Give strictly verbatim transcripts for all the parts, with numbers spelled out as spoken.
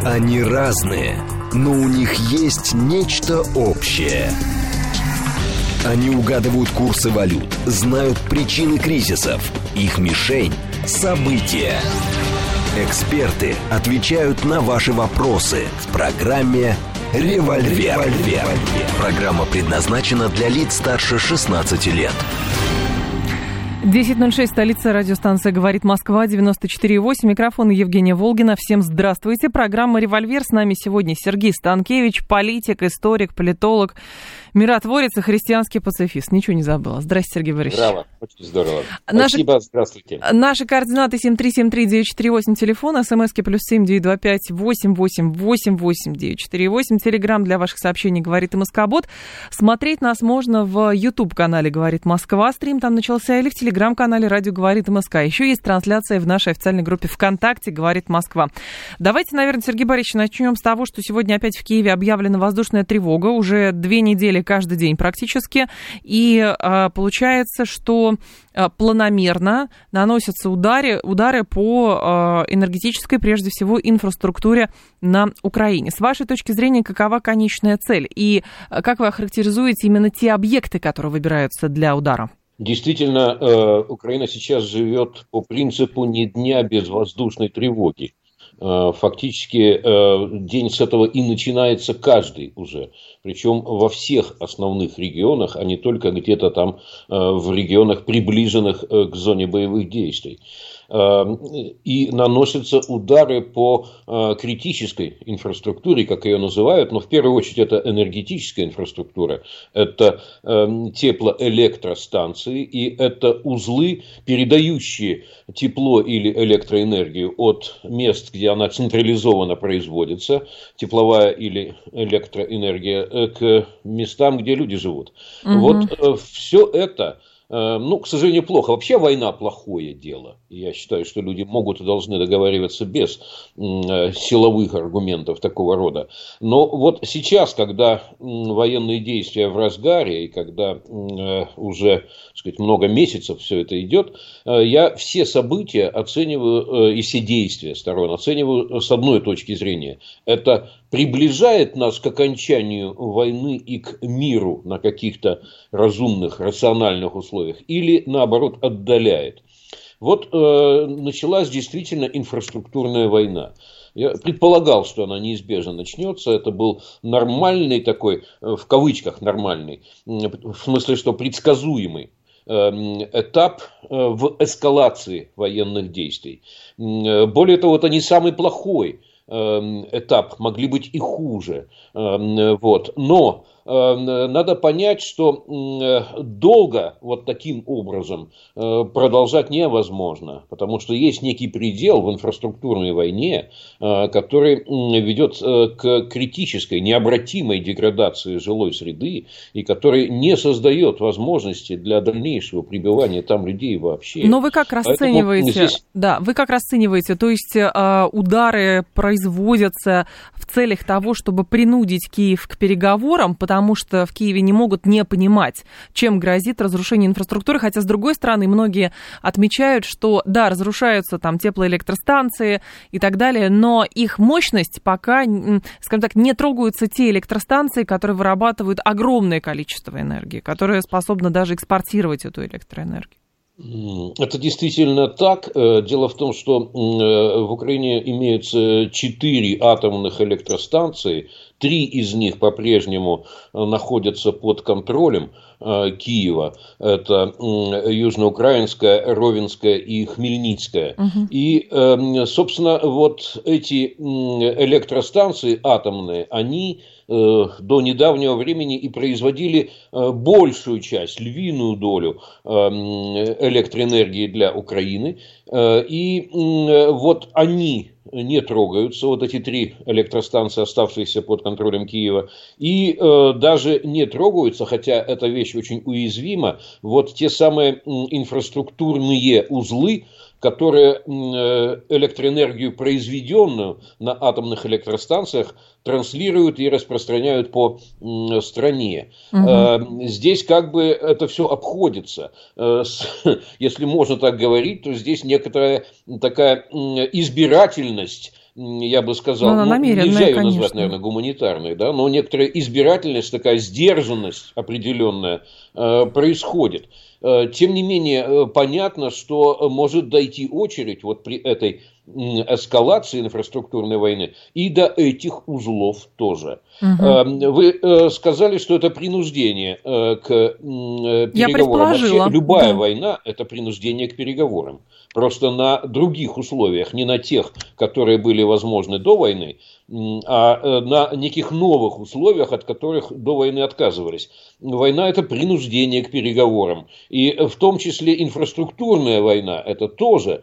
Они разные, но у них есть нечто общее. Они угадывают курсы валют, знают причины кризисов. Их мишень – события. Эксперты отвечают на ваши вопросы в программе «Револьвер». Программа предназначена для лиц старше шестнадцати лет. десять ноль шесть, столица, радиостанция «Говорит Москва», девяносто четыре и восемь. Микрофон Евгения Волгина. Всем здравствуйте. Программа «Револьвер». С нами сегодня Сергей Станкевич, политик, историк, политолог, миротворец и христианский пацифист. Ничего не забыла. Здрасте, Сергей Борисович. Здраво, очень здорово. Наши... Спасибо, здравствуйте. Наши координаты семь три семь три девять четыре восемь, телефон, смски плюс семь девять два пять восемь восемь восемь восемь девять четыре восемь, телеграм для ваших сообщений «Говорит МСК-бот». Смотреть нас можно в YouTube-канале «Говорит Москва», стрим там начался, или в телеграм-канале «Радио Говорит МСК». Еще есть трансляция в нашей официальной группе ВКонтакте «Говорит Москва». Давайте, наверное, Сергей Борисович, начнем с того, что сегодня опять в Киеве объявлена воздушная тревога. Уже две недели каждый день практически. И а, получается, что а, планомерно наносятся удары, удары по а, энергетической, прежде всего, инфраструктуре на Украине. С вашей точки зрения, какова конечная цель? И а, как вы охарактеризуете именно те объекты, которые выбираются для удара? Действительно, э, Украина сейчас живет по принципу «ни дня без воздушной тревоги». Э, фактически э, день с этого и начинается каждый уже. Причем во всех основных регионах, а не только где-то там э, в регионах, приближенных э, к зоне боевых действий. И наносятся удары по критической инфраструктуре, как ее называют, но в первую очередь это энергетическая инфраструктура, это теплоэлектростанции и это узлы, передающие тепло или электроэнергию от мест, где она централизованно производится, тепловая или электроэнергия, к местам, где люди живут. Угу. Вот все это... Ну, к сожалению, плохо. Вообще война плохое дело. Я считаю, что люди могут и должны договариваться без силовых аргументов такого рода. Но вот сейчас, когда военные действия в разгаре, и когда уже, так сказать, много месяцев все это идет, я все события оцениваю и все действия сторон оцениваю с одной точки зрения. Это приближает нас к окончанию войны и к миру на каких-то разумных, рациональных условиях, или наоборот отдаляет. Вот э, началась действительно инфраструктурная война. Я предполагал, что она неизбежно начнется. Это был нормальный такой, в кавычках нормальный, в смысле, что предсказуемый этап в эскалации военных действий. Более того, это не самый плохой этап, могли быть и хуже. Вот. Но надо понять, что долго вот таким образом продолжать невозможно, потому что есть некий предел в инфраструктурной войне, который ведет к критической, необратимой деградации жилой среды и который не создает возможности для дальнейшего пребывания там людей вообще. Но вы как расцениваете? Здесь... Да, вы как расцениваете? То есть удары производятся в целях того, чтобы принудить Киев к переговорам, потому потому что в Киеве не могут не понимать, чем грозит разрушение инфраструктуры, хотя, с другой стороны, многие отмечают, что, да, разрушаются там теплоэлектростанции и так далее, но их мощность пока, скажем так, не трогаются те электростанции, которые вырабатывают огромное количество энергии, которые способны даже экспортировать эту электроэнергию. Это действительно так. Дело в том, что в Украине имеются четыре атомных электростанции, три из них по-прежнему находятся под контролем Киева. Это Южноукраинская, Ровенская и Хмельницкая. Угу. И, собственно, вот эти электростанции атомные, они до недавнего времени и производили большую часть, львиную долю электроэнергии для Украины. И вот они не трогаются, вот эти три электростанции, оставшиеся под контролем Киева, и э, даже не трогаются, хотя эта вещь очень уязвима, вот те самые инфраструктурные узлы, которые электроэнергию, произведенную на атомных электростанциях, транслируют и распространяют по стране. Угу. Здесь как бы это все обходится. Если можно так говорить, то здесь некоторая такая избирательность я бы сказал, ну, нельзя ее назвать, наверное, гуманитарной, да, но некоторая избирательность, такая сдержанность определенная э, происходит. Э, тем не менее, э, понятно, что может дойти очередь вот при этой эскалации инфраструктурной войны и до этих узлов тоже. Угу. Вы сказали, что это принуждение к переговорам. Вообще, любая да. война – это принуждение к переговорам. Просто на других условиях, не на тех, которые были возможны до войны, а на неких новых условиях, от которых до войны отказывались. Война – это принуждение к переговорам. И в том числе инфраструктурная война – это тоже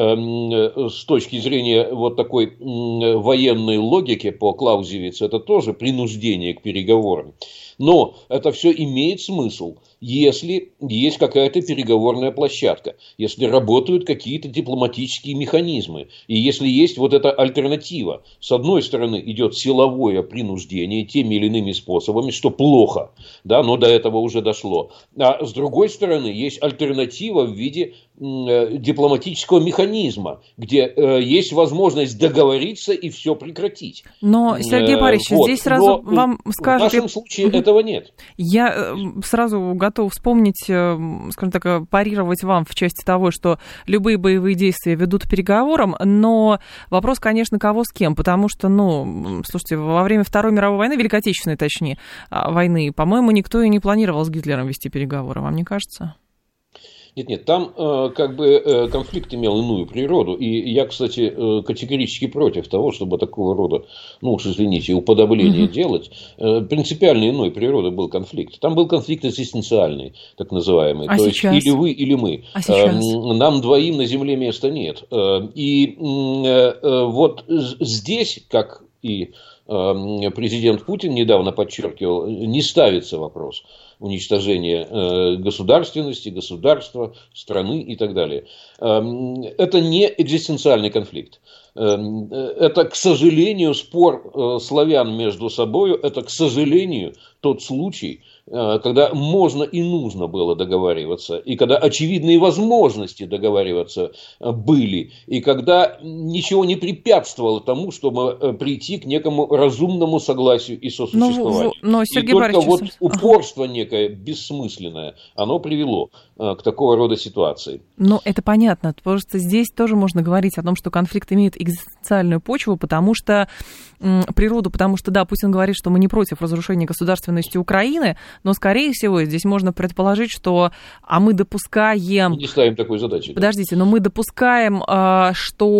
с точки зрения вот такой военной логики по Клаузевицу, это тоже принуждение к переговорам. Но это все имеет смысл, если есть какая-то переговорная площадка, если работают какие-то дипломатические механизмы, и если есть вот эта альтернатива. С одной стороны идет силовое принуждение теми или иными способами, что плохо, да, но до этого уже дошло. А с другой стороны есть альтернатива в виде э, дипломатического механизма, где э, есть возможность договориться и все прекратить. Но, Сергей Борисович, э, вот. здесь сразу но вам скажут... В нашем случае угу. этого нет. Я сразу готов вспомнить, скажем так, парировать вам в части того, что любые боевые действия ведут к переговорам, но вопрос, конечно, кого с кем, потому что, ну, слушайте, во время Второй мировой войны, Великой Отечественной, точнее, войны, по-моему, никто и не планировал с Гитлером вести переговоры, вам не кажется? Нет, нет, там э, как бы э, конфликт имел иную природу, и я, кстати, э, категорически против того, чтобы такого рода, ну уж извините, уподобление mm-hmm. делать. Э, принципиально иной природы был конфликт. Там был конфликт экзистенциальный, так называемый. А То сейчас? есть или вы, или мы. А сейчас? Э, нам двоим на земле места нет. Э, и э, э, вот здесь, как и э, президент Путин недавно подчеркивал, не ставится вопрос уничтожения э, государственности, государства, страны и так далее. Э, это не экзистенциальный конфликт. Э, это, к сожалению, спор э, славян между собой, это, к сожалению, тот случай, э, когда можно и нужно было договариваться, и когда очевидные возможности договариваться были, и когда ничего не препятствовало тому, чтобы прийти к некому разумному согласию и сосуществованию. Но, но, Сергей и только Борисович, вот упорство некое, бессмысленное, оно привело э, к такого рода ситуации. Ну, это понятно. Просто здесь тоже можно говорить о том, что конфликт имеет экзистенциальную почву, потому что м, природу, потому что, да, Путин говорит, что мы не против разрушения государственности Украины, но, скорее всего, здесь можно предположить, что а мы допускаем... Не ставим такой задачи. Подождите, да. но мы допускаем, а,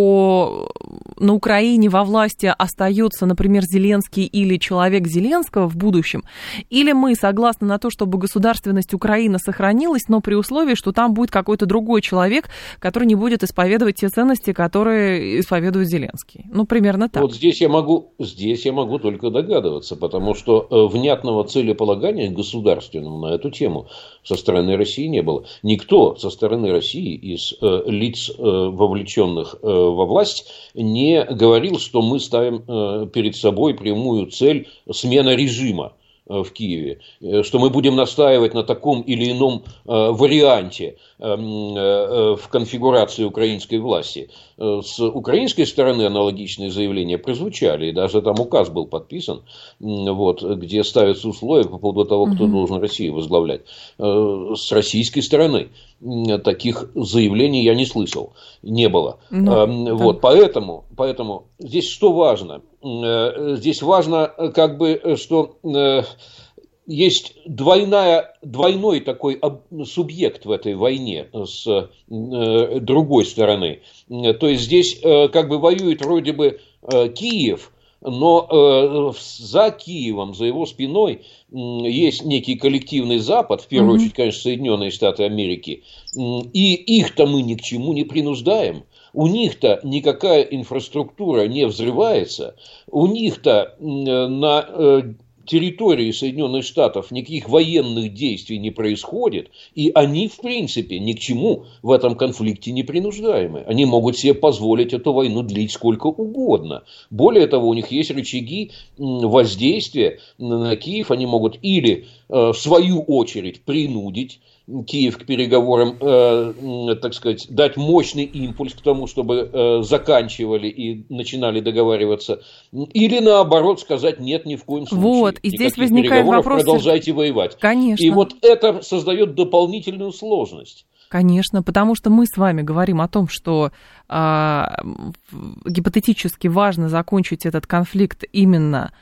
что на Украине во власти остается, например, Зеленский или человек Зеленского в будущем, или мы согласны на то, чтобы государственность Украины сохранилась, но при условии, что там будет какой-то другой человек, который не будет исповедовать те ценности, которые исповедует Зеленский. Ну, примерно так. Вот здесь я могу, здесь я могу только догадываться, потому что внятного целеполагания государственного на эту тему со стороны России не было. Никто со стороны России из э, лиц, э, вовлеченных э, во власть, не говорил, что мы ставим э, перед собой прямую цель смена режима в Киеве, что мы будем настаивать на таком или ином варианте в конфигурации украинской власти. С украинской стороны аналогичные заявления прозвучали, и даже там указ был подписан, вот, где ставятся условия по поводу того, кто угу. должен Россию возглавлять. С российской стороны таких заявлений я не слышал, не было. Ну, вот, поэтому, поэтому здесь что важно? Здесь важно, как бы, что есть двойная, двойной такой субъект в этой войне с другой стороны. То есть здесь как бы воюет вроде бы Киев, но за Киевом, за его спиной есть некий коллективный Запад, в первую mm-hmm. очередь, конечно, Соединенные Штаты Америки, и их-то мы ни к чему не принуждаем. У них-то никакая инфраструктура не взрывается, у них-то на территории Соединенных Штатов никаких военных действий не происходит, и они, в принципе, ни к чему в этом конфликте не принуждаемы. Они могут себе позволить эту войну длить сколько угодно. Более того, у них есть рычаги воздействия на Киев, они могут или, в свою очередь, принудить Киев к переговорам, э, так сказать, дать мощный импульс к тому, чтобы э, заканчивали и начинали договариваться, или наоборот сказать нет, ни в коем случае. Вот, и здесь возникает вопрос. Продолжайте воевать. Конечно. И вот это создает дополнительную сложность. Конечно, потому что мы с вами говорим о том, что э, гипотетически важно закончить этот конфликт именно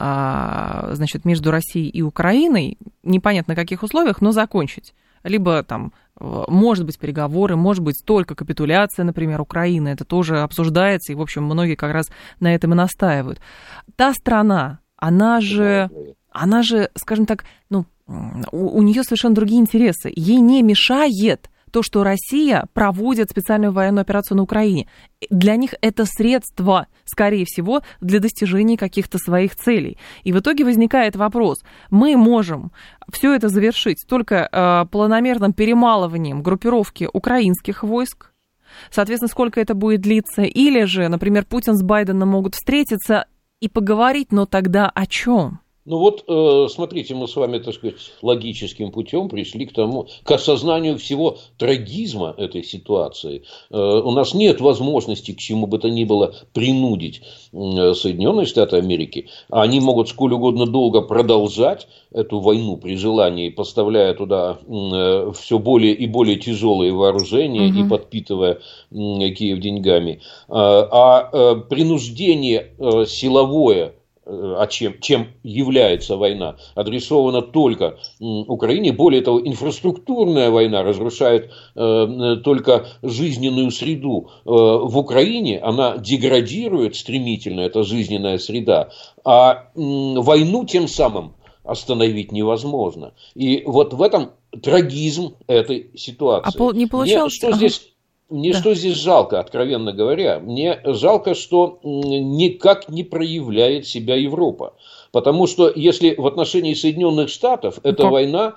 э, значит, между Россией и Украиной, непонятно на каких условиях, но закончить. Либо там, может быть, переговоры, может быть, только капитуляция, например, Украины, это тоже обсуждается, и, в общем, многие как раз на этом и настаивают. Та страна, она же, она же, скажем так, ну, у, у нее совершенно другие интересы. Ей не мешает то, что Россия проводит специальную военную операцию на Украине. Для них это средство, скорее всего, для достижения каких-то своих целей. И в итоге возникает вопрос, мы можем все это завершить только э, планомерным перемалыванием группировки украинских войск, соответственно, сколько это будет длиться, или же, например, Путин с Байденом могут встретиться и поговорить, но тогда о чем? Ну вот, э, смотрите, мы с вами, так сказать, логическим путем пришли к тому, к осознанию всего трагизма этой ситуации. Э, у нас нет возможности к чему бы то ни было принудить э, Соединенные Штаты Америки. Они могут сколь угодно долго продолжать эту войну при желании, поставляя туда э, все более и более тяжелые вооружения угу. и подпитывая э, Киев деньгами. Э, а э, принуждение э, силовое, а чем, чем является война, адресована только Украине. Более того, инфраструктурная война разрушает э, только жизненную среду. Э, в Украине она деградирует стремительно, эта жизненная среда, а э, войну тем самым остановить невозможно. И вот в этом трагизм этой ситуации. А не получалось... Мне, что здесь... Мне да. что здесь жалко, откровенно говоря? Мне жалко, что никак не проявляет себя Европа. Потому что если в отношении Соединенных Штатов эта как? война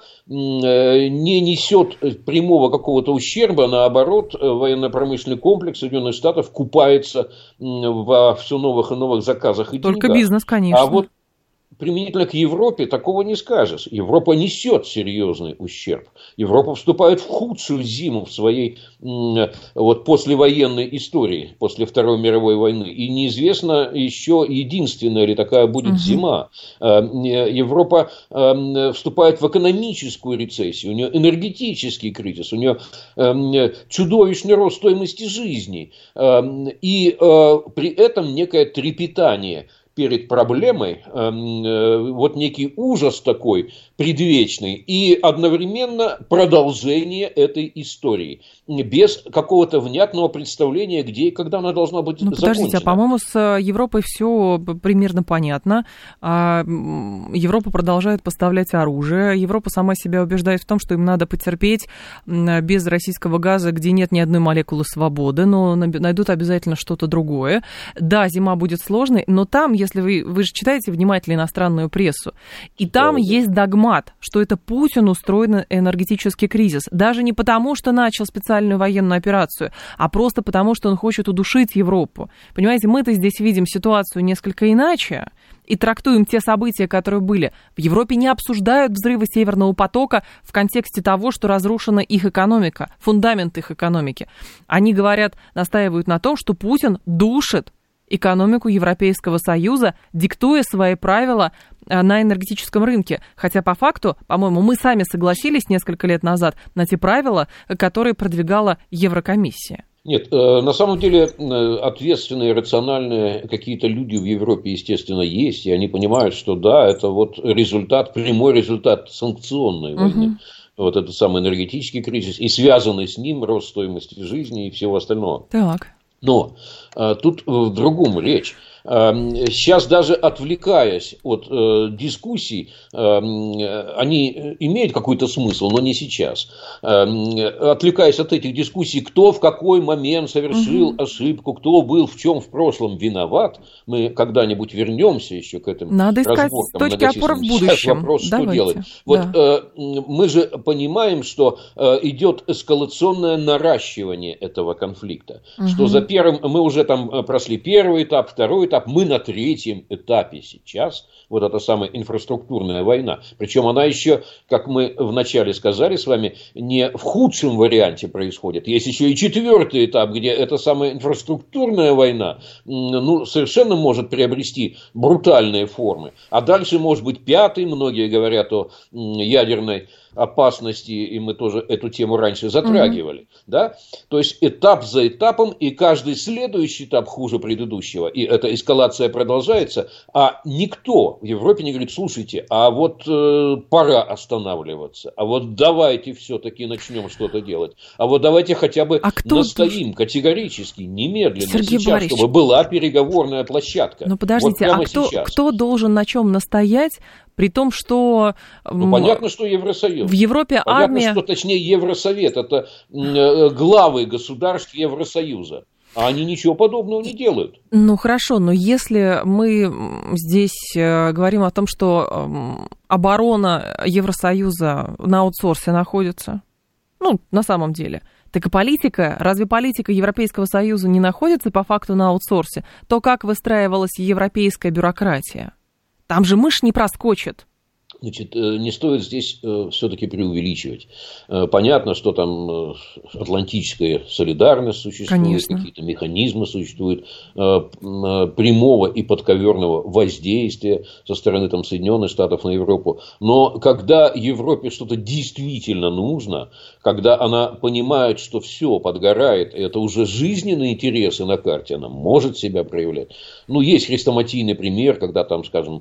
не несет прямого какого-то ущерба, наоборот, военно-промышленный комплекс Соединенных Штатов купается во все новых и новых заказах и деньгах. Только бизнес, конечно. А вот применительно к Европе такого не скажешь. Европа несет серьезный ущерб. Европа вступает в худшую зиму в своей вот, послевоенной истории, после Второй мировой войны. И неизвестно еще, единственная ли такая будет угу. зима. Европа вступает в экономическую рецессию, у нее энергетический кризис, у нее чудовищный рост стоимости жизни. И при этом некое трепетание перед проблемой, вот некий ужас такой предвечный и одновременно продолжение этой истории без какого-то внятного представления, где и когда она должна быть ну, закончена. Подождите, а по-моему с Европой все примерно понятно. Европа продолжает поставлять оружие, Европа сама себя убеждает в том, что им надо потерпеть без российского газа, где нет ни одной молекулы свободы, но найдут обязательно что-то другое. Да, зима будет сложной, но там, если вы, вы же читаете внимательно иностранную прессу, и там да, есть догмат, что это Путин устроен энергетический кризис. Даже не потому, что начал специальную военную операцию, а просто потому, что он хочет удушить Европу. Понимаете, мы-то здесь видим ситуацию несколько иначе и трактуем те события, которые были. В Европе не обсуждают взрывы Северного потока в контексте того, что разрушена их экономика, фундамент их экономики. Они говорят, настаивают на том, что Путин душит экономику Европейского Союза, диктуя свои правила на энергетическом рынке. Хотя по факту, по-моему, мы сами согласились несколько лет назад на те правила, которые продвигала Еврокомиссия. Нет, на самом деле ответственные, рациональные какие-то люди в Европе, естественно, есть, и они понимают, что да, это вот результат, прямой результат санкционной войны. Угу. Вот этот самый энергетический кризис и связанный с ним рост стоимости жизни и всего остального. Так. Но а, тут в другом речь. А, сейчас даже отвлекаясь от а, дискуссий, а, они имеют какой-то смысл, но не сейчас. А, отвлекаясь от этих дискуссий, кто в какой момент совершил угу. ошибку, кто был в чем в прошлом виноват, мы когда-нибудь вернемся еще к этому. Надо искать точки опоры в будущем. Сейчас вопрос, что Давайте. делать. Вот да. а, мы же понимаем, что а, идет эскалационное наращивание этого конфликта. Угу. Что за первым мы уже там прошли первый этап, второй этап. этап. Мы на третьем этапе сейчас. Вот эта самая инфраструктурная война. Причем она еще, как мы вначале сказали с вами, не в худшем варианте происходит. Есть еще и четвертый этап, где эта самая инфраструктурная война ну, совершенно может приобрести брутальные формы. А дальше может быть пятый. Многие говорят о ядерной опасности, и мы тоже эту тему раньше затрагивали. Mm-hmm. Да? То есть этап за этапом, и каждый следующий этап хуже предыдущего. И эта эскалация продолжается, а никто в Европе не говорит: слушайте, а вот э, пора останавливаться, а вот давайте все-таки начнем что-то делать, а вот давайте хотя бы а настоим должен... категорически, немедленно, Сергей сейчас, Борисович, чтобы была переговорная площадка. Ну подождите, вот а кто, кто должен на чем настоять? При том, что... Ну, понятно, что Евросоюз. В Европе понятно, армия... что, точнее, Евросовет. Это главы государств Евросоюза. А они ничего подобного не делают. Ну, хорошо, но если мы здесь говорим о том, что оборона Евросоюза на аутсорсе находится, ну, на самом деле... Так и политика, разве политика Европейского Союза не находится по факту на аутсорсе? То, как выстраивалась европейская бюрократия? Там же мышь не проскочит. Значит, не стоит здесь все-таки преувеличивать. Понятно, что там атлантическая солидарность существует, Конечно. Какие-то механизмы существуют прямого и подковерного воздействия со стороны там, Соединенных Штатов на Европу. Но когда Европе что-то действительно нужно, когда она понимает, что все подгорает, и это уже жизненные интересы на карте, она может себя проявлять. Ну, есть хрестоматийный пример, когда там, скажем,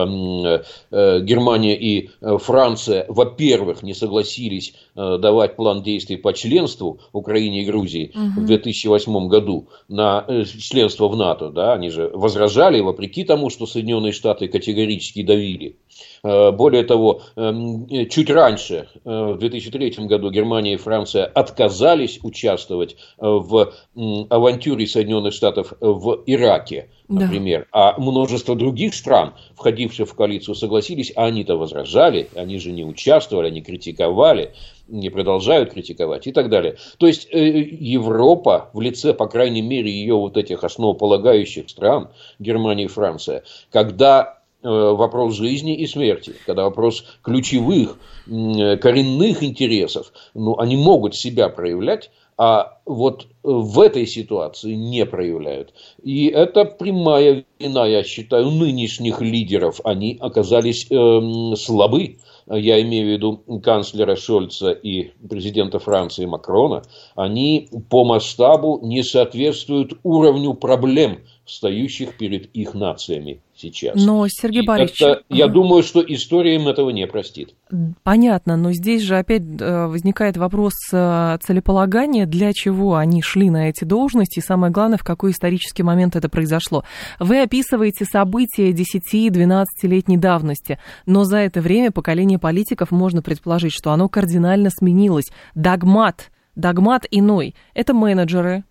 Германия и Франция, во-первых, не согласились давать план действий по членству Украине и Грузии угу. в две тысячи восьмом году на членство в НАТО. Да, они же возражали, вопреки тому, что Соединенные Штаты категорически давили. Более того, чуть раньше, в две тысячи третьем году, Германия и Франция отказались участвовать в авантюре Соединенных Штатов в Ираке, например. Да. А множество других стран, входивших в коалицию, согласились, а они-то возражали, они же не участвовали, они критиковали, не продолжают критиковать и так далее. То есть Европа в лице, по крайней мере, ее вот этих основополагающих стран, Германия и Франция, когда вопрос жизни и смерти, когда вопрос ключевых, коренных интересов, ну, они могут себя проявлять, а вот в этой ситуации не проявляют. И это прямая вина, я считаю, нынешних лидеров. Они оказались э, слабы. Я имею в виду канцлера Шольца и президента Франции Макрона. Они по масштабу не соответствуют уровню проблем, стоящих перед их нациями сейчас. Но, Сергей и Борисович... Это, я ага. думаю, что история им этого не простит. Понятно, но здесь же опять возникает вопрос целеполагания, для чего они шли на эти должности, и самое главное, в какой исторический момент это произошло. Вы описываете события десяти-двенадцатилетней давности, но за это время поколение политиков, можно предположить, что оно кардинально сменилось. Догмат, догмат иной. Это менеджеры,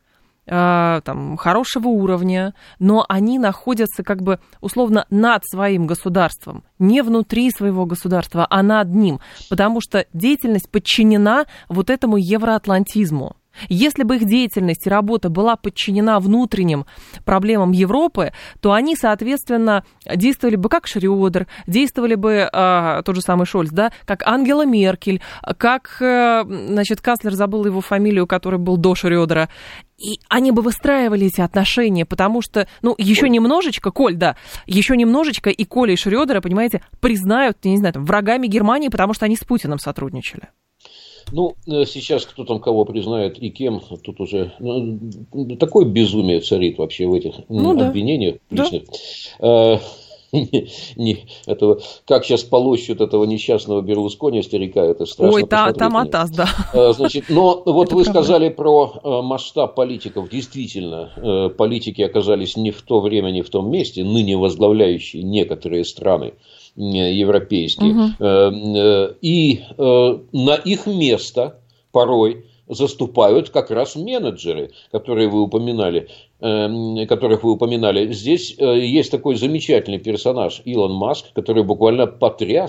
там, хорошего уровня, но они находятся как бы условно над своим государством, не внутри своего государства, а над ним, потому что деятельность подчинена вот этому евроатлантизму. Если бы их деятельность и работа была подчинена внутренним проблемам Европы, то они, соответственно, действовали бы как Шрёдер, действовали бы а, тот же самый Шольц, да, как Ангела Меркель, как, а, значит, канцлер, забыл его фамилию, который был до Шрёдера. И они бы выстраивали эти отношения, потому что, ну, еще немножечко, Коль, да, еще немножечко и Коля и Шрёдера, понимаете, признают, я не знаю, там, врагами Германии, потому что они с Путиным сотрудничали. Ну, сейчас кто там кого признает и кем, тут уже ну, такое безумие царит вообще в этих ну, обвинениях да. личных. Да. Не, не, этого, как сейчас полощут этого несчастного Берлускони, старика, это страшно. Ой, та, там атас, да. Значит, но вот это вы правда. Сказали про масштаб политиков. Действительно, политики оказались не в то время, не в том месте, ныне возглавляющие некоторые страны европейские. Угу. И на их место порой заступают как раз менеджеры, которые вы упоминали, которых вы упоминали. Здесь есть такой замечательный персонаж Илон Маск, который буквально потряс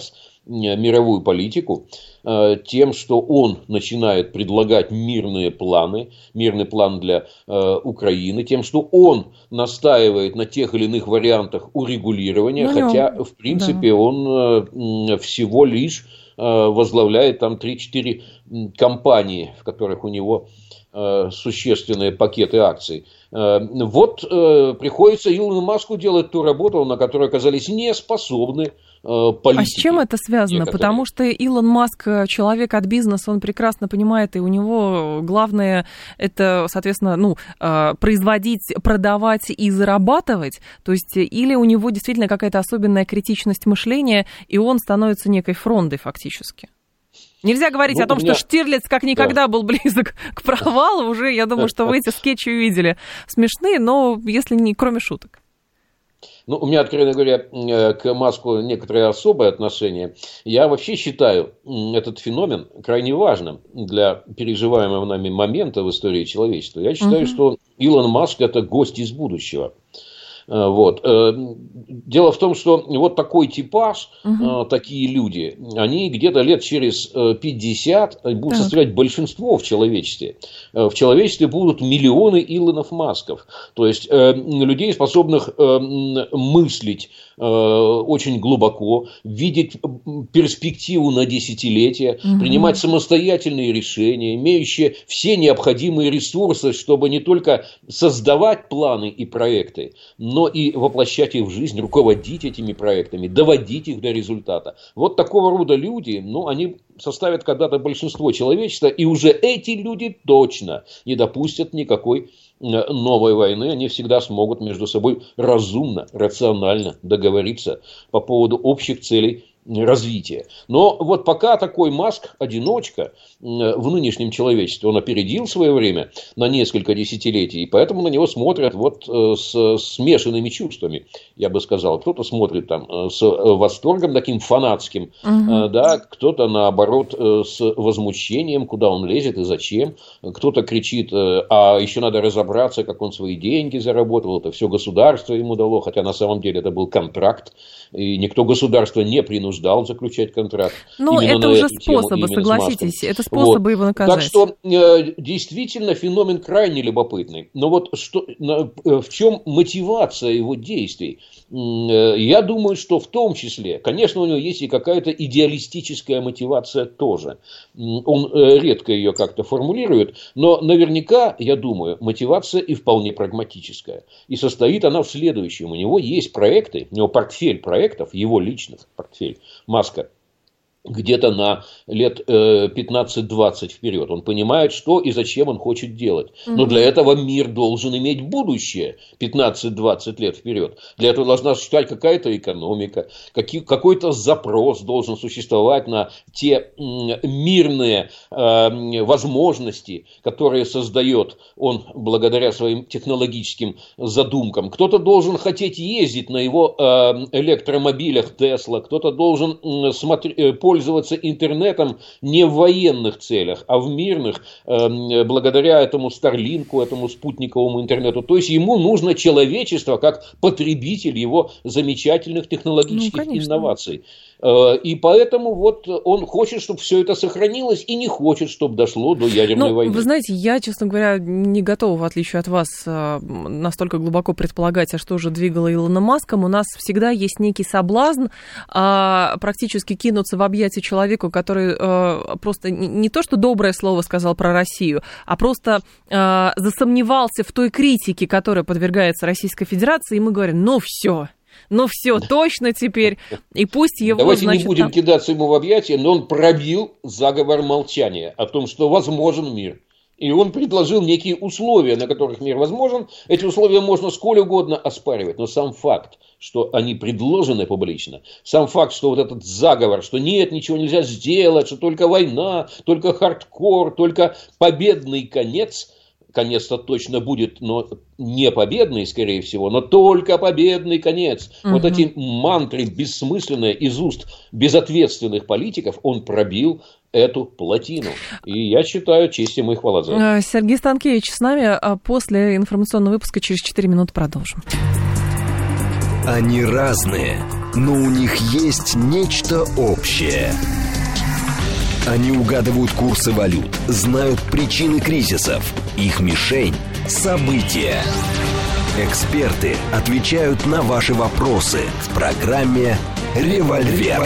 мировую политику тем, что он начинает предлагать мирные планы, мирный план для Украины, тем, что он настаивает на тех или иных вариантах урегулирования, ну, хотя, в принципе, да. он всего лишь возглавляет там три-четыре компании, в которых у него существенные пакеты акций. Вот приходится Илону Маску делать ту работу, на которую оказались не способны политики. А с чем это связано? Некоторые. Потому что Илон Маск человек от бизнеса, он прекрасно понимает, и у него главное это, соответственно, ну, производить, продавать и зарабатывать. То есть или у него действительно какая-то особенная критичность мышления, и он становится некой фрондой фактически. Нельзя говорить ну, о том, меня... что Штирлиц как никогда да. был близок к провалу. Уже, я думаю, что вы эти скетчи увидели. Смешные, но если не кроме шуток. Ну, у меня, откровенно говоря, к Маску некоторое особое отношение. Я вообще считаю этот феномен крайне важным для переживаемого нами момента в истории человечества. Я считаю, угу. что Илон Маск – это гость из будущего. Вот. Дело в том, что вот такой типаж, угу. такие люди, они где-то лет через пятьдесят будут так. составлять большинство в человечестве. В человечестве будут миллионы Илонов Масков. То есть людей, способных мыслить очень глубоко, видеть перспективу на десятилетия, угу. принимать самостоятельные решения, имеющие все необходимые ресурсы, чтобы не только создавать планы и проекты, но и воплощать их в жизнь, руководить этими проектами, доводить их до результата. Вот такого рода люди, ну, они составят когда-то большинство человечества, и уже эти люди точно не допустят никакой новой войны. Они всегда смогут между собой разумно, рационально договориться по поводу общих целей развития. Но вот пока такой Маск одиночка в нынешнем человечестве, он опередил свое время на несколько десятилетий, и поэтому на него смотрят вот с смешанными чувствами, я бы сказал. Кто-то смотрит там с восторгом таким фанатским, угу. да, кто-то наоборот с возмущением, куда он лезет и зачем. Кто-то кричит, а еще надо разобраться, как он свои деньги заработал, это все государство ему дало, хотя на самом деле это был контракт, и никто государство не принуждал заключать контракт. Но это уже способы, согласитесь, это способы вот. его наказать. Так что э, действительно феномен крайне любопытный. Но вот что, на, в чем мотивация его действий? Э, я думаю, что в том числе, конечно, у него есть и какая-то идеалистическая мотивация тоже. Он э, редко ее как-то формулирует, но наверняка, я думаю, мотивация и вполне прагматическая. И состоит она в следующем. У него есть проекты, у него портфель проектов, его личных портфель Маска, где-то на лет пятнадцать-двадцать вперед. Он понимает, что и зачем он хочет делать. Но для этого мир должен иметь будущее пятнадцать-двадцать лет вперед. Для этого должна существовать какая-то экономика, какой-то запрос должен существовать на те мирные возможности, которые создает он благодаря своим технологическим задумкам. Кто-то должен хотеть ездить на его электромобилях Тесла, кто-то должен смотреть, пользоваться интернетом не в военных целях, а в мирных, э, благодаря этому Старлинку, этому спутниковому интернету. То есть ему нужно человечество как потребитель его замечательных технологических ну, инноваций. Э, и поэтому вот он хочет, чтобы все это сохранилось, и не хочет, чтобы дошло до ядерной ну, войны. Вы знаете, я, честно говоря, не готова, в отличие от вас, настолько глубоко предполагать, а что же двигало Илоном Маском. У нас всегда есть некий соблазн а, практически кинуться в объятия человеку, который э, просто не, не то, что доброе слово сказал про Россию, а просто э, засомневался в той критике, которая подвергается Российской Федерации, и мы говорим, ну все, ну все, точно теперь, и пусть его... Давайте значит, не будем там... кидаться ему в объятия, но он пробил заговор молчания о том, что возможен мир. И он предложил некие условия, на которых мир возможен. Эти условия можно сколь угодно оспаривать. Но сам факт, что они предложены публично, сам факт, что вот этот заговор, что нет, ничего нельзя сделать, что только война, только хардкор, только победный конец, конец-то точно будет, но не победный, скорее всего, но только победный конец. Угу. Вот эти мантры бессмысленные из уст безответственных политиков он пробил эту плотину. И я считаю, честь ему и хвала за это. Сергей Станкевич с нами. После информационного выпуска через четыре минуты продолжим. Они разные, но у них есть нечто общее. Они угадывают курсы валют, знают причины кризисов. Их мишень – события. Эксперты отвечают на ваши вопросы в программе «Револьвер».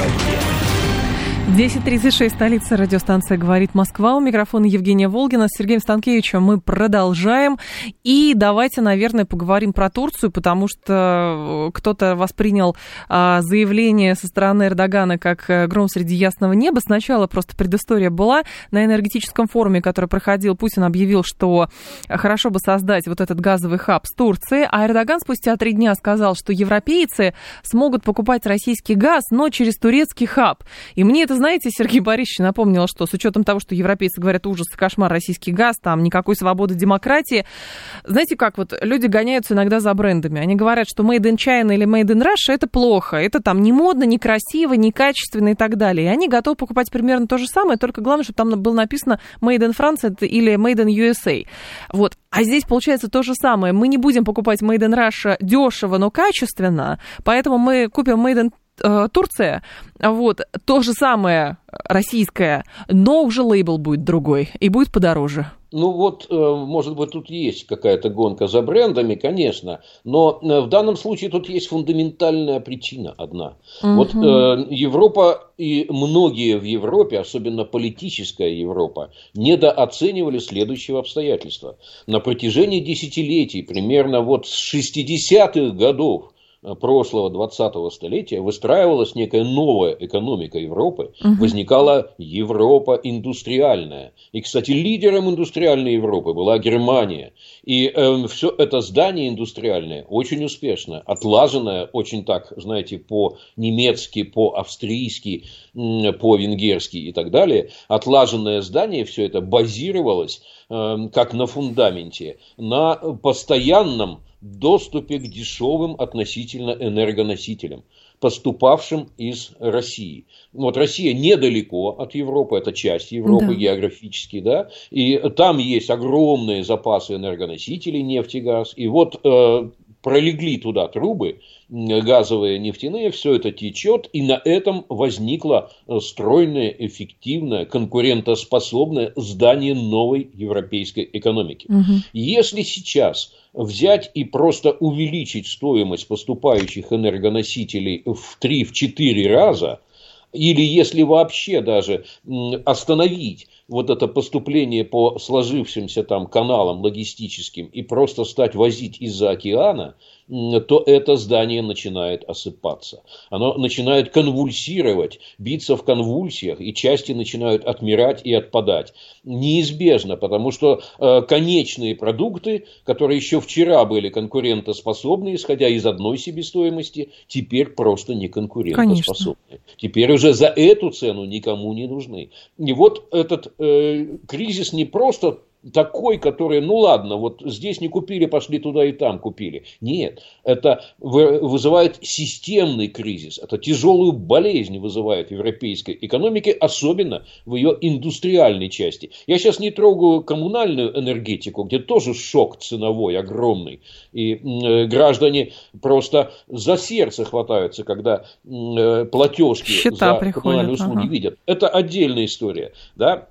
десять тридцать шесть, столица, радиостанция «Говорит Москва». У микрофона Евгения Волгина. С Сергеем Станкевичем мы продолжаем. И давайте, наверное, поговорим про Турцию, потому что кто-то воспринял а, заявление со стороны Эрдогана как гром среди ясного неба. Сначала просто предыстория была. На энергетическом форуме, который проходил, Путин объявил, что хорошо бы создать вот этот газовый хаб с Турцией. А Эрдоган спустя три дня сказал, что европейцы смогут покупать российский газ, но через турецкий хаб. И мне это, знаете, Сергей Борисович напомнил, что с учетом того, что европейцы говорят ужас, кошмар, российский газ, там никакой свободы, демократии. Знаете, как вот люди гоняются иногда за брендами. Они говорят, что made in China или made in Russia это плохо. Это там не модно, не красиво, не качественно и так далее. И они готовы покупать примерно то же самое, только главное, чтобы там было написано made in France или made in ю эс эй. Вот. А здесь получается то же самое. Мы не будем покупать made in Russia дешево, но качественно, поэтому мы купим made in Турция, вот, то же самое российское, но уже лейбл будет другой и будет подороже. Ну вот, может быть, тут есть какая-то гонка за брендами, конечно, но в данном случае тут есть фундаментальная причина одна. Угу. Вот э, Европа и многие в Европе, особенно политическая Европа, недооценивали следующего обстоятельства. На протяжении десятилетий, примерно вот с шестидесятых годов прошлого двадцатого столетия выстраивалась некая новая экономика Европы, угу. возникала Европа индустриальная. И, кстати, лидером индустриальной Европы была Германия. И э, все это здание индустриальное очень успешно, отлаженное очень так, знаете, по-немецки, по-австрийски, по-венгерски и так далее. Отлаженное здание, все это базировалось э, как на фундаменте, на постоянном доступе к дешевым относительно энергоносителям, поступавшим из России. Вот Россия недалеко от Европы, это часть Европы да. географически, да, и там есть огромные запасы энергоносителей, нефть и газ, и вот э, пролегли туда трубы газовые, нефтяные, все это течет, и на этом возникло стройное, эффективное, конкурентоспособное здание новой европейской экономики. Угу. Если сейчас взять и просто увеличить стоимость поступающих энергоносителей в три-четыре раза, или если вообще даже остановить вот это поступление по сложившимся там каналам логистическим и просто стать возить из-за океана, то это здание начинает осыпаться. Оно начинает конвульсировать, биться в конвульсиях, и части начинают отмирать и отпадать. Неизбежно, потому что э, конечные продукты, которые еще вчера были конкурентоспособны, исходя из одной себестоимости, теперь просто не конкурентоспособны. Конечно. Теперь уже за эту цену никому не нужны. И вот этот э, кризис не просто такой, который, ну ладно, вот здесь не купили, пошли туда и там купили. Нет, это вызывает системный кризис, это тяжелую болезнь вызывает в европейской экономике, особенно в ее индустриальной части. Я сейчас не трогаю коммунальную энергетику, где тоже шок ценовой огромный, и э, граждане просто за сердце хватаются, когда э, платежки счета за коммунальные услуги ага. видят. Это отдельная история, да,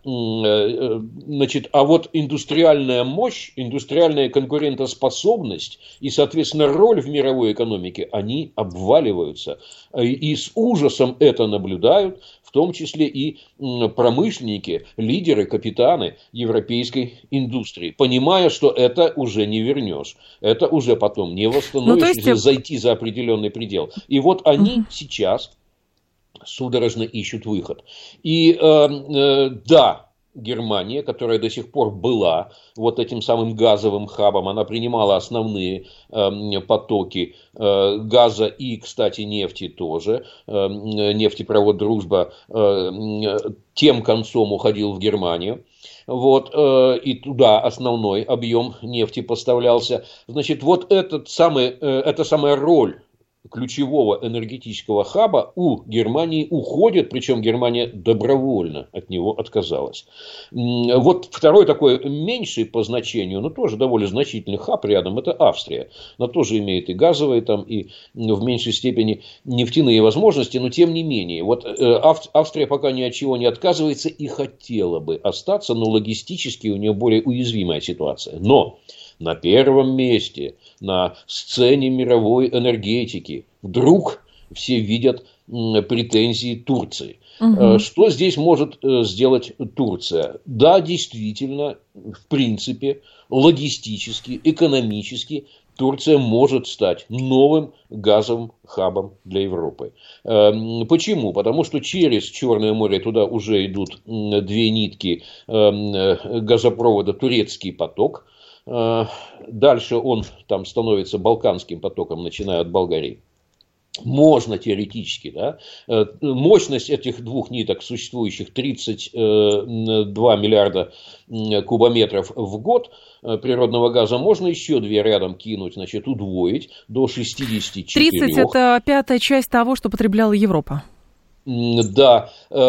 э, значит, а вот индустриальная мощь, индустриальная конкурентоспособность и, соответственно, роль в мировой экономике, они обваливаются. И с ужасом это наблюдают, в том числе и промышленники, лидеры, капитаны европейской индустрии, понимая, что это уже не вернешь, это уже потом не восстановишь, ну, если есть... зайти за определенный предел. И вот они uh-huh. сейчас судорожно ищут выход. И э, э, да, Германия, которая до сих пор была вот этим самым газовым хабом, она принимала основные э, потоки э, газа и, кстати, нефти тоже. Э, нефтепровод «Дружба» э, тем концом уходил в Германию. Вот, э, и туда основной объем нефти поставлялся. Значит, вот этот самый, э, эта самая роль ключевого энергетического хаба у Германии уходит, причем Германия добровольно от него отказалась. Вот второй такой меньший по значению, но тоже довольно значительный хаб рядом, это Австрия. Она тоже имеет и газовые, там, и в меньшей степени нефтяные возможности, но тем не менее. Вот Австрия пока ни от чего не отказывается и хотела бы остаться, но логистически у нее более уязвимая ситуация. Но на первом месте на сцене мировой энергетики вдруг все видят претензии Турции. Угу. Что здесь может сделать Турция? Да, действительно, в принципе, логистически, экономически Турция может стать новым газовым хабом для Европы. Почему? Потому что через Черное море туда уже идут две нитки газопровода «Турецкий поток». Дальше он там становится Балканским потоком, начиная от Болгарии. Можно теоретически, да, мощность этих двух ниток, существующих тридцать два миллиарда кубометров в год природного газа, можно еще две рядом кинуть, значит, удвоить до шестьдесят четыре. тридцать это пятая часть того, что потребляла Европа. Да,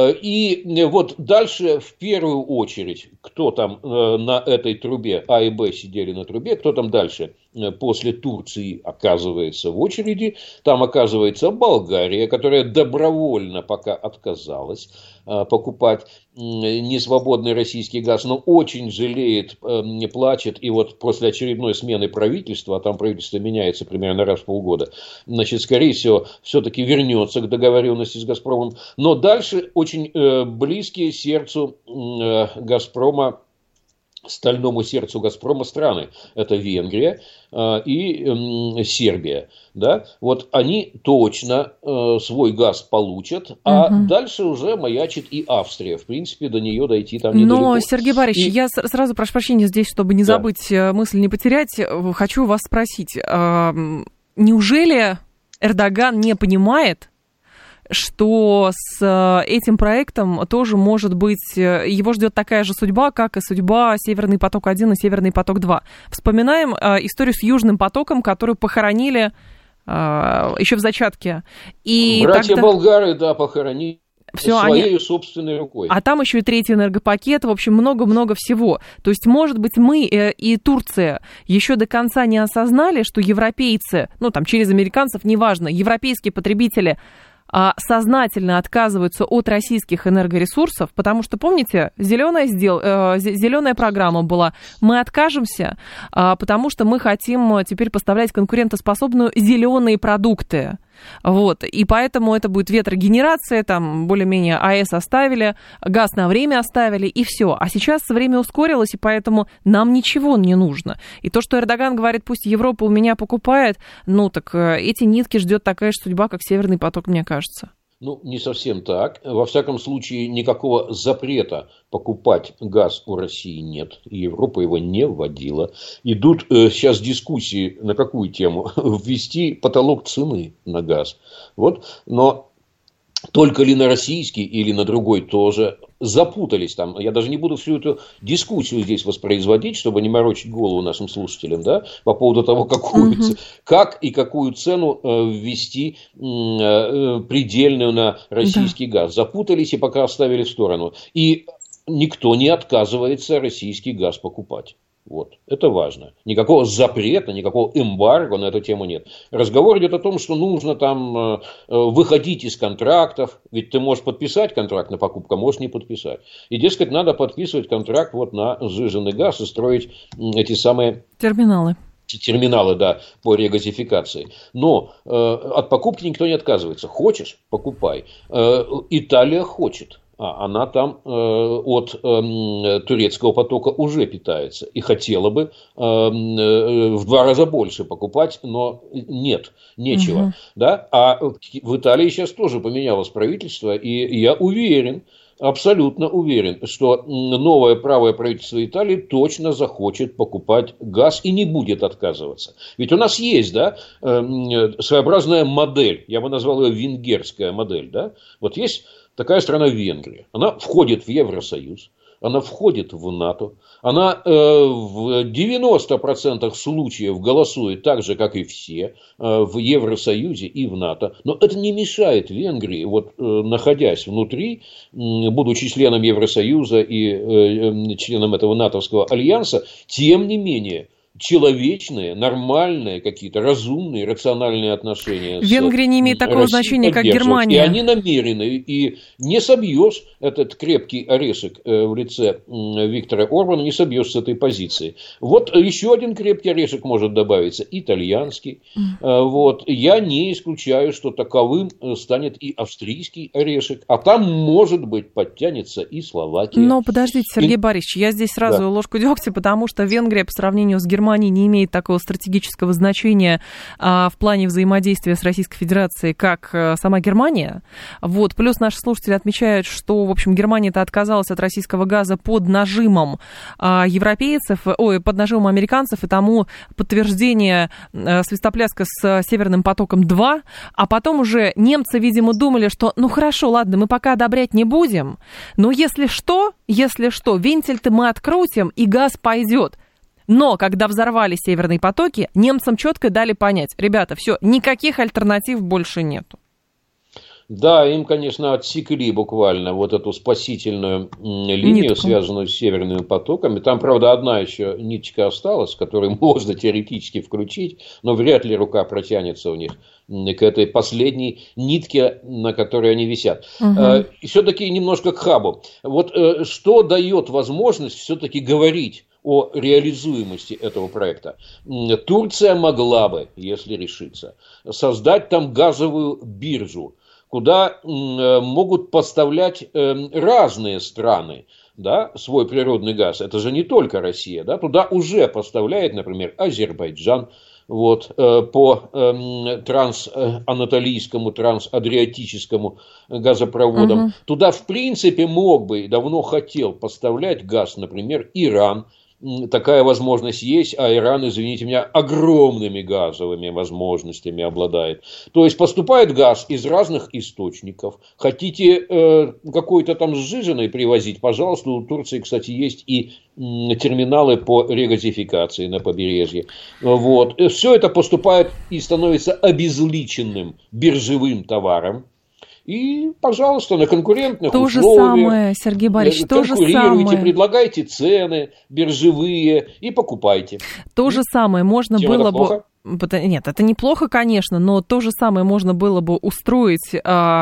и вот дальше в первую очередь, кто там на этой трубе, А и Б сидели на трубе, кто там дальше после Турции оказывается в очереди, там оказывается Болгария, которая добровольно пока отказалась покупать несвободный российский газ, но очень жалеет, не плачет, и вот после очередной смены правительства, а там правительство меняется примерно раз в полгода, значит, скорее всего, все-таки вернется к договоренности с «Газпромом», но дальше очень близкие сердцу «Газпрома», стальному сердцу «Газпрома» страны. Это Венгрия э, и э, Сербия. Да? Вот они точно э, свой газ получат, а угу. дальше уже маячит и Австрия. В принципе, до нее дойти там недалеко. Но, Сергей Борисович, и... я сразу прошу прощения здесь, чтобы не забыть, да. мысль не потерять, хочу вас спросить. Э, неужели Эрдоган не понимает, что с этим проектом тоже может быть, его ждет такая же судьба, как и судьба Северный поток-один и Северный поток-два. Вспоминаем э, историю с Южным потоком, которую похоронили э, еще в зачатке. И братья тогда... болгары, да, похоронили. Все, своей они... собственной рукой. А там еще и третий энергопакет, в общем, много-много всего. То есть, может быть, мы и Турция еще до конца не осознали, что европейцы, ну, там, через американцев, неважно, европейские потребители сознательно отказываются от российских энергоресурсов, потому что, помните, зеленая, сдел... зеленая программа была, мы откажемся, потому что мы хотим теперь поставлять конкурентоспособную зеленые продукты. Вот, и поэтому это будет ветрогенерация, там более-менее АЭС оставили, газ на время оставили, и все. А сейчас время ускорилось, и поэтому нам ничего не нужно. И то, что Эрдоган говорит, пусть Европа у меня покупает, ну так эти нитки ждет такая же судьба, как Северный поток, мне кажется. Ну, не совсем так. Во всяком случае, никакого запрета покупать газ у России нет. Европа его не вводила. Идут э, сейчас дискуссии на какую тему? Ввести потолок цены на газ. Вот. Но только ли на российский или на другой тоже запутались там. Я даже не буду всю эту дискуссию здесь воспроизводить, чтобы не морочить голову нашим слушателям, да, по поводу того, какую, угу. как и какую цену ввести предельную на российский да. газ. Запутались и пока оставили в сторону. И никто не отказывается российский газ покупать. Вот. Это важно. Никакого запрета, никакого эмбарго на эту тему нет. Разговор идет о том, что нужно там э, выходить из контрактов. Ведь ты можешь подписать контракт на покупку, а можешь не подписать. И, дескать, надо подписывать контракт вот на сжиженный газ и строить эти самые... терминалы. Терминалы, да, по регазификации. Но э, от покупки никто не отказывается. Хочешь – покупай. Э, Италия хочет. А она там э, от э, турецкого потока уже питается. И хотела бы э, э, в два раза больше покупать, но нет, нечего. Угу. Да? А в Италии сейчас тоже поменялось правительство. И я уверен, абсолютно уверен, что новое правое правительство Италии точно захочет покупать газ и не будет отказываться. Ведь у нас есть, да, своеобразная модель. Я бы назвал ее венгерская модель. Да? Вот есть... такая страна Венгрия. Она входит в Евросоюз. она входит в НАТО, она э, в девяноста процентах случаев голосует так же, как и все, э, в Евросоюзе и в НАТО. Но это не мешает Венгрии, вот, э, находясь внутри, э, будучи членом Евросоюза и э, членом этого натовского альянса, тем не менее, человечные, нормальные, какие-то разумные, рациональные отношения. Венгрия не имеет такого значения, как Германия. И они намерены, и не собьешь этот крепкий орешек в лице Виктора Орбана, не собьешь с этой позиции. Вот еще один крепкий орешек может добавиться, итальянский. Вот. Я не исключаю, что таковым станет и австрийский орешек, а там, может быть, подтянется и Словакия. Но подождите, Сергей и... Борисович, я здесь сразу да. ложку дегтя, потому что Венгрия по сравнению с Германией не имеет такого стратегического значения а, в плане взаимодействия с Российской Федерацией, как а, сама Германия. Вот. Плюс наши слушатели отмечают, что, в общем, Германия-то отказалась от российского газа под нажимом а, европейцев, ой, под нажимом американцев, и тому подтверждение а, свистопляска с Северным потоком-два, а потом уже немцы, видимо, думали, что, ну хорошо, ладно, мы пока одобрять не будем, но если что, если что, вентиль-то мы открутим, и газ пойдет. Но когда взорвали северные потоки, немцам четко дали понять, ребята, все, никаких альтернатив больше нету. Да, им, конечно, отсекли буквально вот эту спасительную линию, нитку, связанную с северными потоками. Там, правда, одна еще ниточка осталась, которую можно теоретически включить, но вряд ли рука протянется у них к этой последней нитке, на которой они висят. Угу. И все-таки немножко к хабу. Вот что дает возможность все-таки говорить о реализуемости этого проекта? Турция могла бы, если решится, создать там газовую биржу, куда могут поставлять разные страны, да, свой природный газ. Это же не только Россия. Да? Туда уже поставляет, например, Азербайджан. Вот, по трансанатолийскому, трансадриатическому газопроводам. Угу. Туда, в принципе, мог бы и давно хотел поставлять газ, например, Иран. Такая возможность есть, а Иран, извините меня, огромными газовыми возможностями обладает. То есть поступает газ из разных источников. Хотите э, какой-то там сжиженный привозить, пожалуйста. У Турции, кстати, есть и м, терминалы по регазификации на побережье. Вот. Все это поступает и становится обезличенным биржевым товаром. И, пожалуйста, на конкурентных то условиях. То же самое, Сергей Борисович, то же самое. Предлагайте цены биржевые и покупайте. То же самое можно Чем было это плохо? бы... Нет, это неплохо, конечно, но то же самое можно было бы устроить,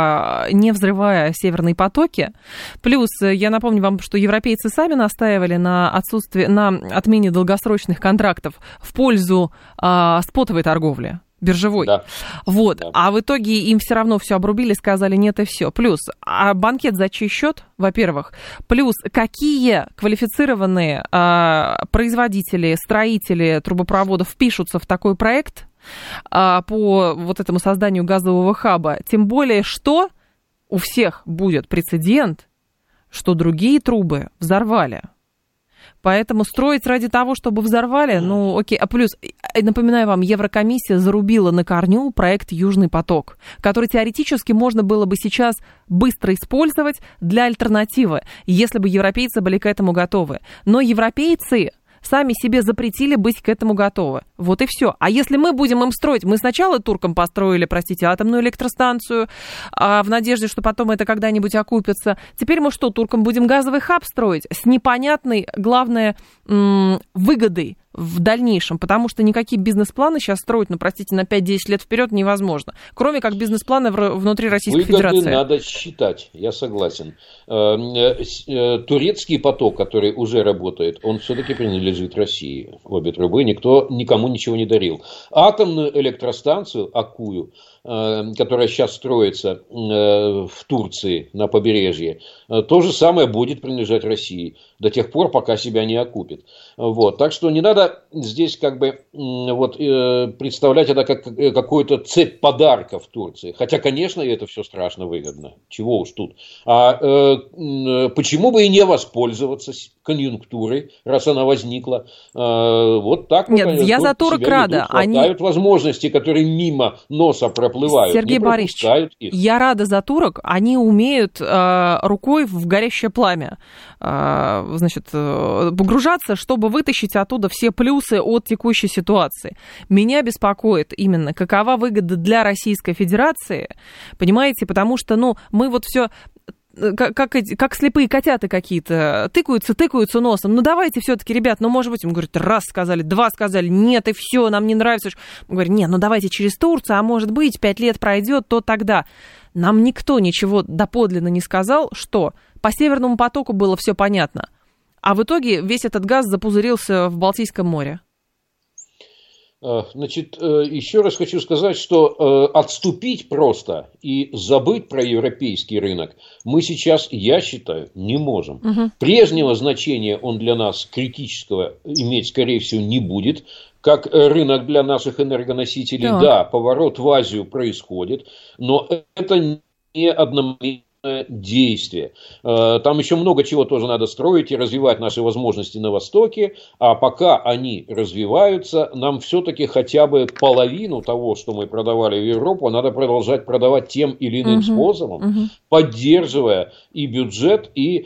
не взрывая северные потоки. Плюс, я напомню вам, что европейцы сами настаивали на отсутствии, на отмене долгосрочных контрактов в пользу спотовой торговли. Биржевой. Да. Вот. Да. А в итоге им все равно все обрубили, сказали нет и все. Плюс, а банкет за чей счет, во-первых? Плюс, какие квалифицированные а, производители, строители трубопроводов впишутся в такой проект а, по вот этому созданию газового хаба? Тем более, что у всех будет прецедент, что другие трубы взорвали. Поэтому строить ради того, чтобы взорвали, ну окей. А плюс, напоминаю вам, Еврокомиссия зарубила на корню проект «Южный поток», который теоретически можно было бы сейчас быстро использовать для альтернативы, если бы европейцы были к этому готовы. Но европейцы сами себе запретили быть к этому готовы. Вот и все. А если мы будем им строить... Мы сначала туркам построили, простите, атомную электростанцию, а в надежде, что потом это когда-нибудь окупится. Теперь мы что, туркам будем газовый хаб строить? С непонятной, главное, м- выгодой в дальнейшем, потому что никакие бизнес-планы сейчас строить, ну, простите, на пять-десять лет вперед невозможно, кроме как бизнес-планы внутри Российской Выгоды Федерации. Надо считать, я согласен. Турецкий поток, который уже работает, он все-таки принадлежит России, обе трубы, никто никому ничего не дарил. Атомную электростанцию Аккую, которая сейчас строится в Турции на побережье, то же самое будет принадлежать России до тех пор, пока себя не окупит. Вот. Так что не надо здесь как бы вот, представлять это как какую-то цепь подарков Турции. Хотя, конечно, это все страшно выгодно. Чего уж тут. А э, почему бы и не воспользоваться конъюнктурой, раз она возникла? Э, вот так вот. Нет, я за турок рада. Они хватают возможности, которые мимо носа проплывают. Сергей Борисович, я рада за турок. Они умеют э, рукой в горящее пламя э, значит, погружаться, чтобы вытащить оттуда все плюсы от текущей ситуации. Меня беспокоит именно, какова выгода для Российской Федерации, понимаете, потому что, ну, мы вот все... Как, как, как слепые котята какие-то, тыкаются, тыкаются носом. Ну, давайте все-таки, ребят, ну, может быть, мы, говорит, раз сказали, два сказали, нет, и все, нам не нравится. Мы говорим, нет, ну, давайте через Турцию, а может быть, пять лет пройдет, то тогда. Нам никто ничего доподлинно не сказал, что по Северному потоку было все понятно, а в итоге весь этот газ запузырился в Балтийском море. Значит, еще раз хочу сказать, что отступить просто и забыть про европейский рынок мы сейчас, я считаю, не можем. Угу. Прежнего значения он для нас критического иметь, скорее всего, не будет. Как рынок для наших энергоносителей, да, да, поворот в Азию происходит, но это не одномоментное действие. Там еще много чего тоже надо строить и развивать наши возможности на Востоке, а пока они развиваются, нам все-таки хотя бы половину того, что мы продавали в Европу, надо продолжать продавать тем или иным uh-huh. способом, uh-huh. поддерживая и бюджет, и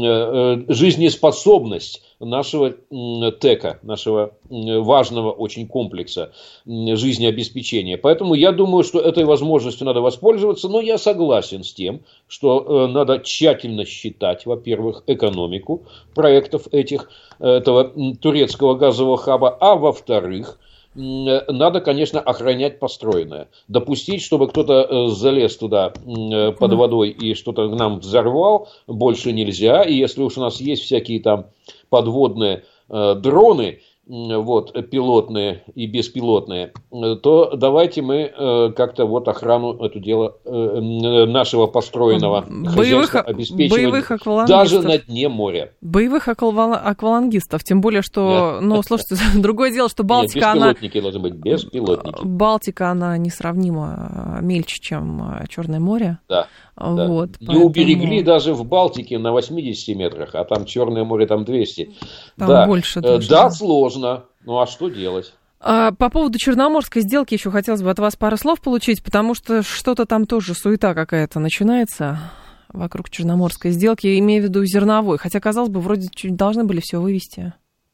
жизнеспособность нашего ТЭКа, нашего важного очень комплекса жизнеобеспечения. Поэтому я думаю, что этой возможностью надо воспользоваться, но я согласен с тем, что надо тщательно считать, во-первых, экономику проектов этих, этого турецкого газового хаба, а во-вторых, надо, конечно, охранять построенное. Допустить, чтобы кто-то залез туда под водой и что-то нам взорвал, больше нельзя. И если уж у нас есть всякие там подводные дроны, вот, пилотные и беспилотные, то давайте мы как-то вот охрану это дело нашего построенного боевых, хозяйства обеспечивать даже на дне моря. Боевых аквалангистов, тем более, что, да. ну, слушайте, другое дело, что Балтика, Нет, беспилотники она... должны быть, беспилотники. Балтика, она несравнимо мельче, чем Черное море. Да. Вот, да. Не поэтому... уберегли даже в Балтике на восьмидесяти метрах, а там Черное море, там двести. Там да. больше. Да, да, сложно. Ну, а что делать? А, по поводу черноморской сделки еще хотелось бы от вас пару слов получить, потому что что-то там тоже суета какая-то начинается вокруг черноморской сделки, имею в виду зерновой. Хотя, казалось бы, вроде должны были все вывести.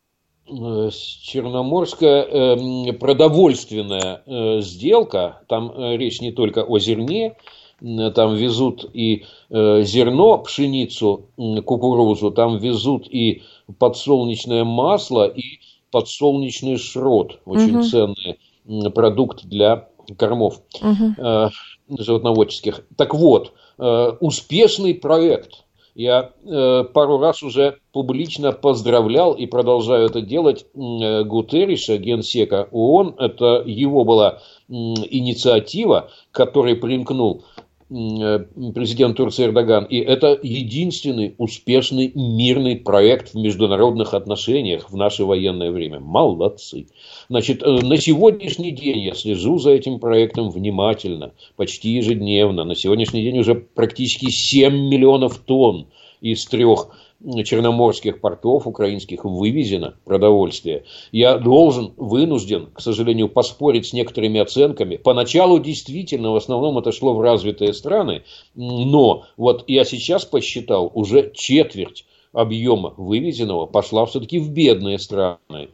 Черноморская э, продовольственная э, сделка, там э, речь не только о зерне, там везут и э, зерно, пшеницу, кукурузу, там везут и подсолнечное масло, и подсолнечный шрот, очень угу. ценный продукт для кормов угу. э, животноводческих. Так вот, э, успешный проект. Я э, пару раз уже публично поздравлял и продолжаю это делать э, Гутерриша, генсека ООН. Это его была э, инициатива, к которой примкнул президент Турции Эрдоган. И это единственный успешный мирный проект в международных отношениях в наше военное время. Молодцы. Значит, на сегодняшний день я слежу за этим проектом внимательно, почти ежедневно. На сегодняшний день уже практически семь миллионов тонн из трех черноморских портов украинских вывезено продовольствие. Я должен, вынужден, к сожалению, поспорить с некоторыми оценками. Поначалу действительно, в основном это шло в развитые страны, но вот я сейчас посчитал, уже четверть объема вывезенного пошла все-таки в бедные страны,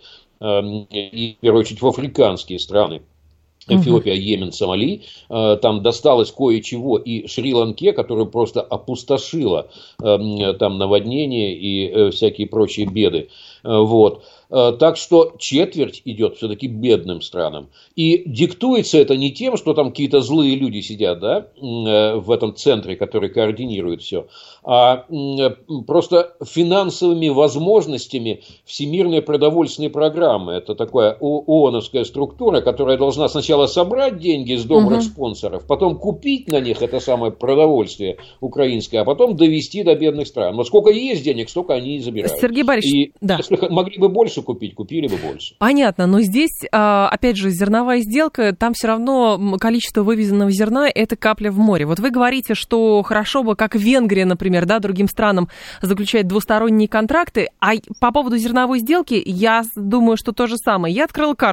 и, в первую очередь, в африканские страны. Эфиопия, Йемен, Сомали, там досталось кое-чего и Шри-Ланке, которую просто опустошило там наводнение и всякие прочие беды. Вот. Так что четверть идет все-таки бедным странам. И диктуется это не тем, что там какие-то злые люди сидят, да, в этом центре, который координирует все, а просто финансовыми возможностями Всемирной продовольственной программы. Это такая ООНовская структура, которая должна сначала собрать деньги с добрых угу. спонсоров, потом купить на них это самое продовольствие украинское, а потом довести до бедных стран. Вот сколько есть денег, столько они и забирают. Сергей Борисович, и да. если могли бы больше купить, купили бы больше. Понятно, но здесь, опять же, зерновая сделка, там все равно количество вывезенного зерна – это капля в море. Вот вы говорите, что хорошо бы, как Венгрия, например, да, другим странам заключать двусторонние контракты, а по поводу зерновой сделки, я думаю, что то же самое. Я открыла карту,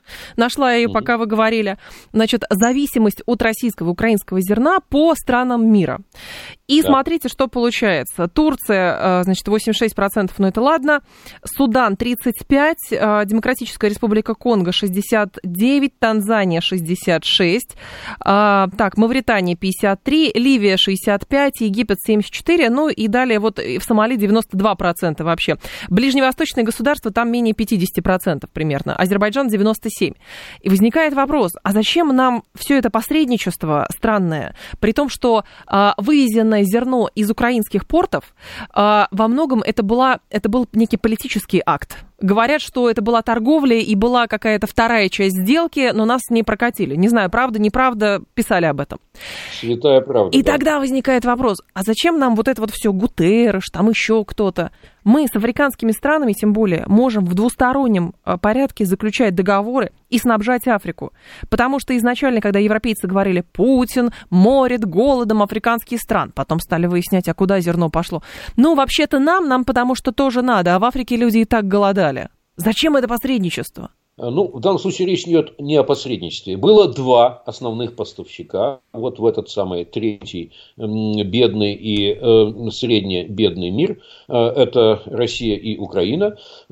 Нашла я ее, пока вы говорили. Значит, зависимость от российского и украинского зерна по странам мира. И да. Смотрите, что получается. Турция, значит, восемьдесят шесть процентов, но это ладно. Судан тридцать пять процентов, Демократическая Республика Конго шестьдесят девять процентов, Танзания шестьдесят шесть процентов, так, Мавритания пятьдесят три процента, Ливия шестьдесят пять процентов, Египет семьдесят четыре процента, ну и далее вот в Сомали девяносто два процента вообще. Ближневосточные государства там менее пятьдесят процентов примерно, Азербайджан девяносто семь процентов. И возникает вопрос, а зачем нам все это посредничество странное, при том, что а, вывезенное зерно из украинских портов, а, во многом это, была, это был некий политический акт. Говорят, что это была торговля и была какая-то вторая часть сделки, но нас не прокатили. Не знаю, правда, неправда, писали об этом. Святая правда. И да. Тогда возникает вопрос, а зачем нам вот это вот все, Гутерреш, там еще кто-то? Мы с африканскими странами, тем более, можем в двустороннем порядке заключать договоры и снабжать Африку. Потому что изначально, когда европейцы говорили, Путин морит голодом африканские страны, потом стали выяснять, а куда зерно пошло. Ну, вообще-то нам, нам потому что тоже надо, а в Африке люди и так голодали. Зачем это посредничество? Ну, в данном случае речь идет не о посредничестве. Было два основных поставщика. Вот в этот самый третий бедный и э, средне-бедный мир. Это Россия и Украина.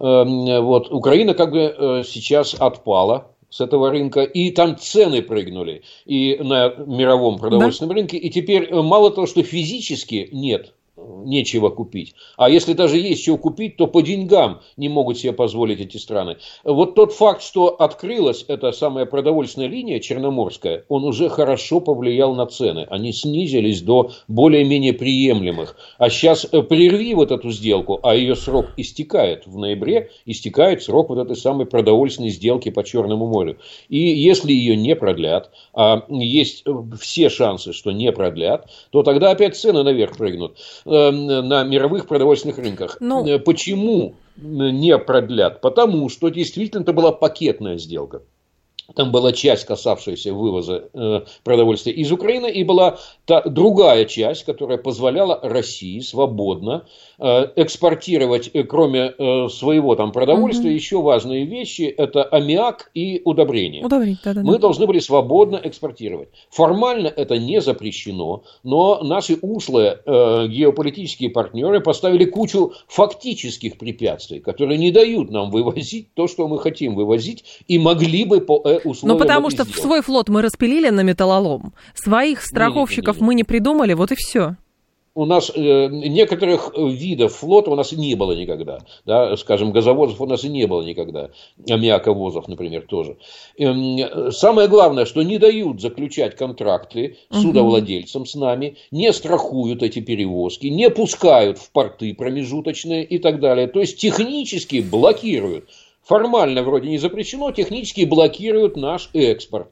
Вот. Украина как бы сейчас отпала с этого рынка, и там цены прыгнули и на мировом продовольственном да. рынке. И теперь мало того, что физически нет, нечего купить. А если даже есть чего купить, то по деньгам не могут себе позволить эти страны. Вот тот факт, что открылась эта самая продовольственная линия черноморская, он уже хорошо повлиял на цены. Они снизились до более-менее приемлемых. А сейчас прерви вот эту сделку, а ее срок истекает. В ноябре истекает срок вот этой самой продовольственной сделки по Черному морю. И если ее не продлят, а есть все шансы, что не продлят, то тогда опять цены наверх прыгнут на мировых продовольственных рынках. Ну... Почему не продлят? Потому что действительно это была пакетная сделка. Там была часть, касавшаяся вывоза э, продовольствия из Украины, и была та другая часть, которая позволяла России свободно э, экспортировать, э, кроме э, своего там продовольствия, угу. еще важные вещи. Это аммиак и удобрения. Удобрить, да, да, Мы да. должны были свободно экспортировать. Формально это не запрещено, но наши ушлые э, геополитические партнеры поставили кучу фактических препятствий, которые не дают нам вывозить то, что мы хотим вывозить, и могли бы по Ну, потому что сделать. Свой флот мы распилили на металлолом, своих страховщиков не, не, не. мы не придумали, вот и все. У нас э, некоторых видов флота у нас не было никогда. Да, скажем, газовозов у нас и не было никогда. Аммиаковозов, например, тоже. Э, самое главное, что не дают заключать контракты угу. судовладельцам с нами, не страхуют эти перевозки, не пускают в порты промежуточные и так далее. То есть технически блокируют. Формально вроде не запрещено, технически блокируют наш экспорт.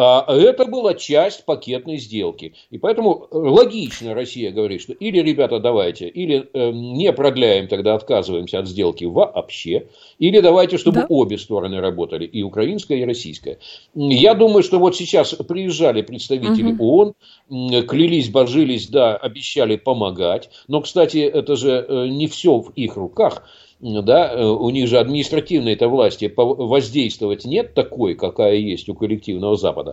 Это была часть пакетной сделки. И поэтому логично Россия говорит, что или, ребята, давайте, или не продляем, тогда отказываемся от сделки вообще, или давайте, чтобы да. обе стороны работали, и украинская, и российская. Я думаю, что вот сейчас приезжали представители угу. ООН, клялись, божились, да, обещали помогать. Но, кстати, это же не все в их руках. Да, у них же административной этой власти воздействовать нет такой, какая есть у коллективного Запада.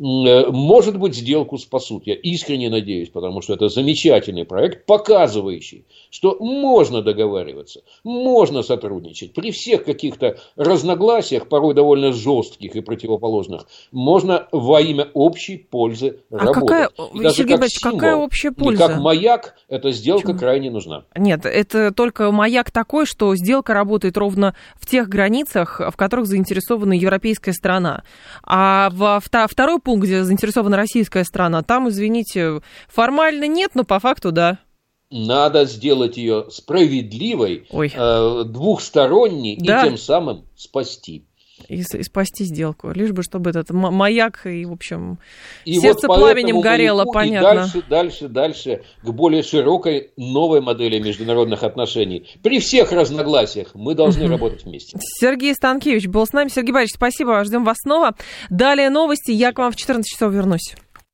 Может быть, сделку спасут. Я искренне надеюсь, потому что это замечательный проект, показывающий, что можно договариваться, можно сотрудничать. При всех каких-то разногласиях, порой довольно жестких и противоположных, можно во имя общей пользы а работать. Какая, Сергей Борисович, символ, какая общая польза? Как маяк, эта сделка Почему? крайне нужна. Нет, это только маяк такой, что сделка работает ровно в тех границах, в которых заинтересована европейская страна. А во второй пункт, где заинтересована российская страна, там, извините, формально нет, но по факту да. Надо сделать ее справедливой, э, двухсторонней да. и тем самым спасти. И, и спасти сделку, лишь бы чтобы этот маяк и, в общем, и сердце вот пламенем горело, понятно. И дальше, дальше, дальше к более широкой новой модели международных отношений. При всех разногласиях мы должны угу. работать вместе. Сергей Станкевич был с нами. Сергей Борисович, спасибо, ждем вас снова. Далее новости, я к вам в четырнадцать часов вернусь.